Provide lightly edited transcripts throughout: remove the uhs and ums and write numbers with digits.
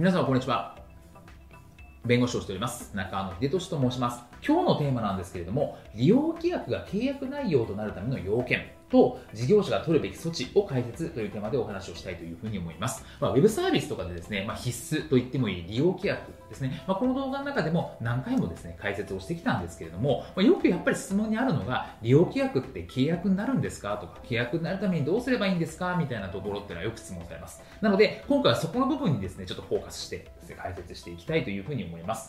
皆様こんにちは。弁護士をしております中野秀俊と申します。今日のテーマなんですけれども、利用規約が契約内容となるための要件と事業者が取るべき措置を解説というテーマでお話をしたいというふうに思います。ウェブサービスとかでですね、必須と言ってもいい利用規約ですね、この動画の中でも何回もですね解説をしてきたんですけれども、よくやっぱり質問にあるのが、利用規約って契約になるんですかとか、契約になるためにどうすればいいんですかみたいなところっていうのはよく質問されます。なので今回はそこの部分にですねちょっとフォーカスしてですね解説していきたいというふうに思います。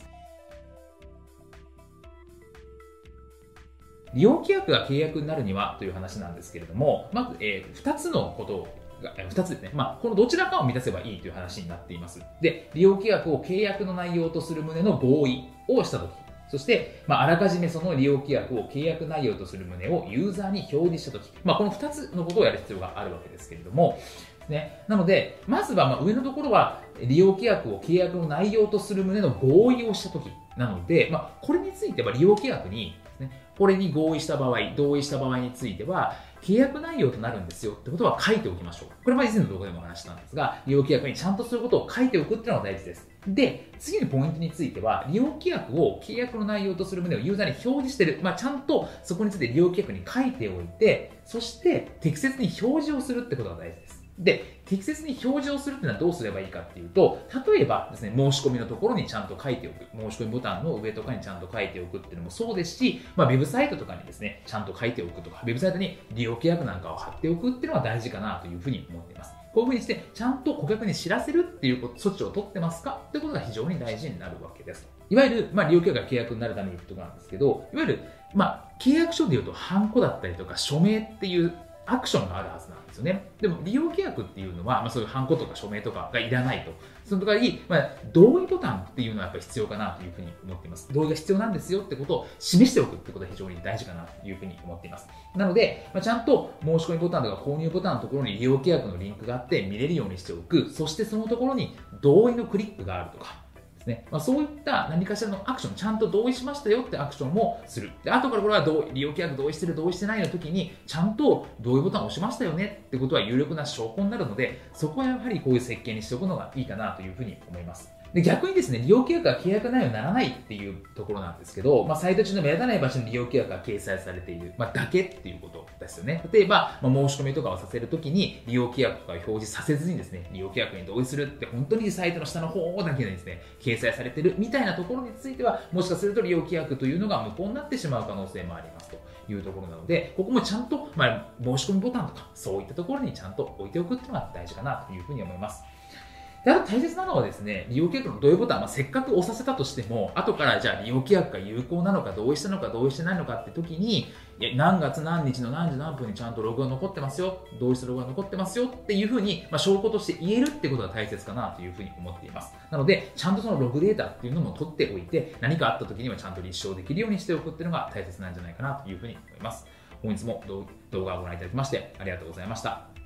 利用規約が契約になるにはという話なんですけれども、まず、2つのことが、2つですね。このどちらかを満たせばいいという話になっています。で、利用規約を契約の内容とする旨の合意をしたとき、そして、あらかじめその利用規約を契約内容とする旨をユーザーに表示したとき、この2つのことをやる必要があるわけですけれども、なので、まずは上のところは利用規約を契約の内容とする旨の合意をしたときなので、これについては利用規約にこれに合意した場合、同意した場合については、契約内容となるんですよってことは書いておきましょう。これは以前の動画でもお話したんですが、利用規約にちゃんとそういうことを書いておくっていうのが大事です。で、次のポイントについては、利用規約を契約の内容とする旨をユーザーに表示している。ちゃんとそこについて利用規約に書いておいて、そして適切に表示をするってことが大事です。で、適切に表示をするっていうのはどうすればいいかっていうと、例えばですね、申し込みのところにちゃんと書いておく。申し込みボタンの上とかにちゃんと書いておくっていうのもそうですし、ウェブサイトとかにですね、ちゃんと書いておくとか、ウェブサイトに利用規約なんかを貼っておくっていうのが大事かなというふうに思っています。こういうふうにして、ちゃんと顧客に知らせるっていう措置を取ってますかということが非常に大事になるわけです。いわゆる、利用規約が契約になるためにということなんですけど、いわゆる、契約書でいうと、ハンコだったりとか、署名っていうアクションがあるはずなんですよね。でも利用規約っていうのは、そういうハンコとか署名とかがいらないと。その代わり、同意ボタンっていうのはやっぱり必要かなというふうに思っています。同意が必要なんですよってことを示しておくってことは非常に大事かなというふうに思っています。なので、ちゃんと申し込みボタンとか購入ボタンのところに利用規約のリンクがあって見れるようにしておく。そしてそのところに同意のクリックがあるとか。そういった何かしらのアクション、ちゃんと同意しましたよってアクションもする。で、後からこれは利用規約同意してる、同意してないの時に、ちゃんと同意ボタンを押しましたよねってことは有力な証拠になるので、そこはやはりこういう設計にしておくのがいいかなというふうに思います。で、逆にですね、利用規約が契約内容にならないっていうところなんですけど、サイト中の目立たない場所に利用規約が掲載されている、だけっていうことですよね。例えば、申し込みとかをさせるときに利用規約とかを表示させずにですね、利用規約に同意するって本当にサイトの下の方だけでですね、掲載されているみたいなところについては、もしかすると利用規約というのが無効になってしまう可能性もありますというところなので、ここもちゃんと、申し込みボタンとかそういったところにちゃんと置いておくっていうのが大事かなというふうに思います。で、あと大切なのはですね、利用規約の同意ボタン、せっかく押させたとしても、後からじゃあ利用規約が有効なのか、同意したのか、同意してないのかって時に、何月何日の何時何分にちゃんとログが残ってますよ、同意したログが残ってますよっていうふうに、証拠として言えるってことが大切かなというふうに思っています。なので、ちゃんとそのログデータっていうのも取っておいて、何かあった時にはちゃんと立証できるようにしておくっていうのが大切なんじゃないかなというふうに思います。本日も動画をご覧いただきましてありがとうございました。